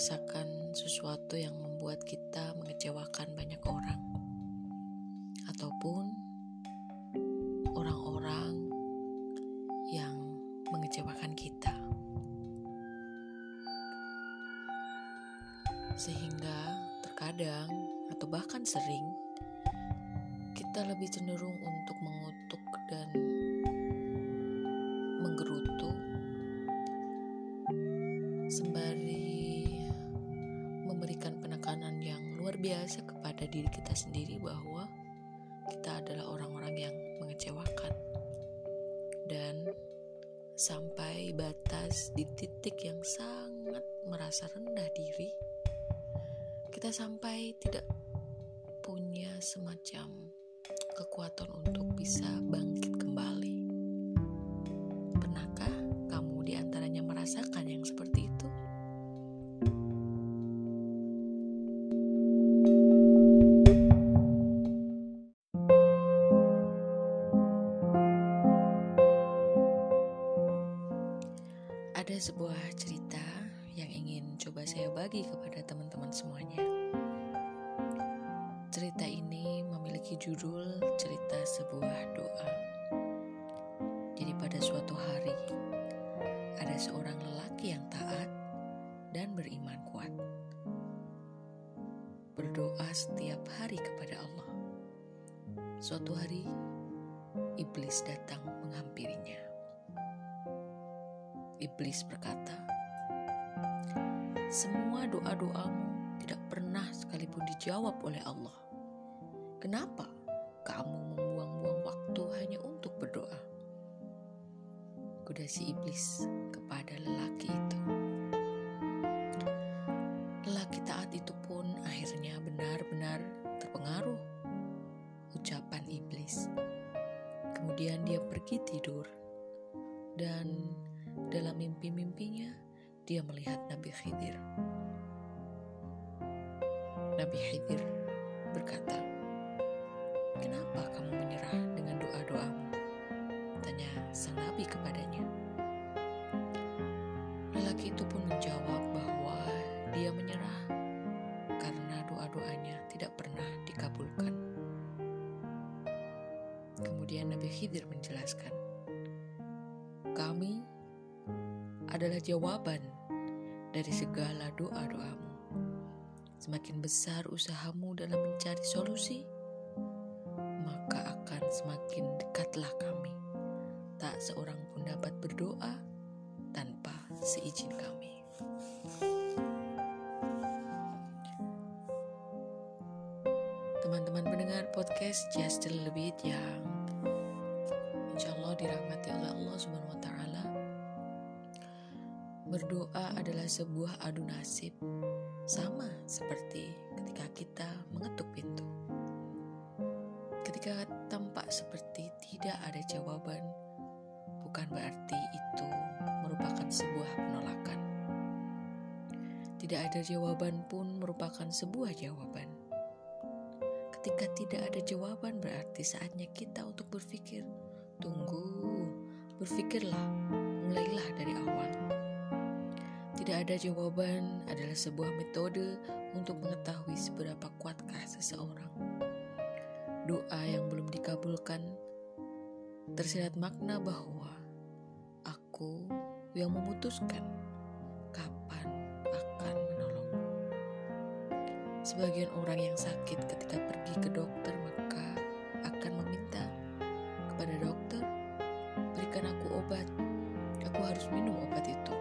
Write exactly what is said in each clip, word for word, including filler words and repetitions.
merasakan sesuatu yang membuat kita mengecewakan banyak orang, ataupun orang-orang yang mengecewakan kita, sehingga terkadang atau bahkan sering kita lebih cenderung untuk mengutuk dan menggerutu sembari memberikan penekanan yang luar biasa kepada diri kita sendiri bahwa kita adalah orang-orang yang mengecewakan, dan sampai batas di titik yang sangat merasa rendah diri, kita sampai tidak punya semacam kekuatan untuk bisa bangkit kembali. Pernahkah kamu diantaranya merasakan yang seperti itu? Ada sebuah cerita yang ingin coba saya bagi kepada teman-teman semuanya. Cerita ini memiliki judul cerita sebuah doa. Jadi pada suatu hari, ada seorang lelaki yang taat dan beriman kuat, berdoa setiap hari kepada Allah. Suatu hari, iblis datang menghampirinya. Iblis berkata, "Semua doa-doamu tidak pernah sekalipun dijawab oleh Allah. Kenapa kamu membuang-buang waktu hanya untuk berdoa?" Goda si iblis kepada lelaki itu. Lelaki taat itu pun akhirnya benar-benar terpengaruh ucapan iblis. Kemudian dia pergi tidur, dan dalam mimpi-mimpinya dia melihat Nabi Khidir. Nabi Khidir berkata, "Kenapa kamu menyerah dengan doa-doamu?" tanya sang Nabi kepadanya. Lelaki itu pun menjawab bahwa dia menyerah karena doa-doanya tidak pernah dikabulkan. Kemudian Nabi Khidir menjelaskan, "Kami adalah jawaban dari segala doa-doamu. Semakin besar usahamu dalam mencari solusi, maka akan semakin dekatlah kami. Tak seorang pun dapat berdoa tanpa seizin kami." Teman-teman pendengar podcast Just a Little Bit yang insya Allah dirahmati oleh Allah Subhanahu Wa Taala, berdoa adalah sebuah adu nasib, sama seperti ketika kita mengetuk pintu. Ketika tampak seperti tidak ada jawaban, bukan berarti itu merupakan sebuah penolakan. Tidak ada jawaban pun merupakan sebuah jawaban. Ketika tidak ada jawaban, berarti saatnya kita untuk berpikir. Tunggu, berpikirlah, mulailah dari awal. Tidak ada jawaban adalah sebuah metode untuk mengetahui seberapa kuatkah seseorang. Doa yang belum dikabulkan tersirat makna bahwa aku yang memutuskan kapan akan menolongmu. Sebagian orang yang sakit ketika pergi ke dokter maka akan meminta kepada dokter, "Berikan aku obat, aku harus minum obat itu."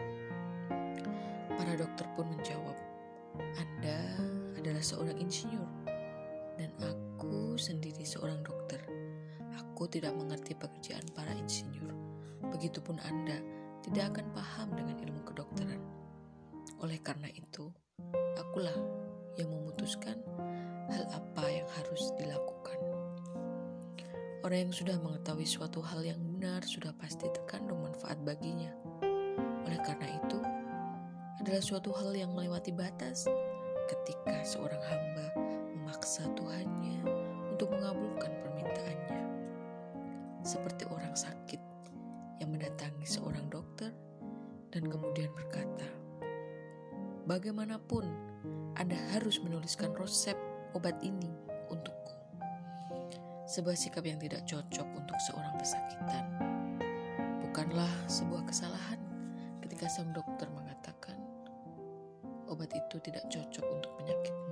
Para dokter pun menjawab, "Anda adalah seorang insinyur dan aku sendiri seorang dokter. Aku tidak mengerti pekerjaan para insinyur. Begitupun Anda tidak akan paham dengan ilmu kedokteran. Oleh karena itu, akulah yang memutuskan hal apa yang harus dilakukan." Orang yang sudah mengetahui suatu hal yang benar sudah pasti terkandung manfaat baginya. Oleh karena itu, adalah suatu hal yang melewati batas ketika seorang hamba memaksa Tuhannya untuk mengabulkan permintaannya. Seperti orang sakit yang mendatangi seorang dokter dan kemudian berkata, bagaimanapun Anda harus menuliskan resep obat ini untukku. Sebuah sikap yang tidak cocok untuk seorang pesakitan. Bukanlah sebuah kesalahan ketika sang dokter mengatakan obat itu tidak cocok untuk penyakitmu.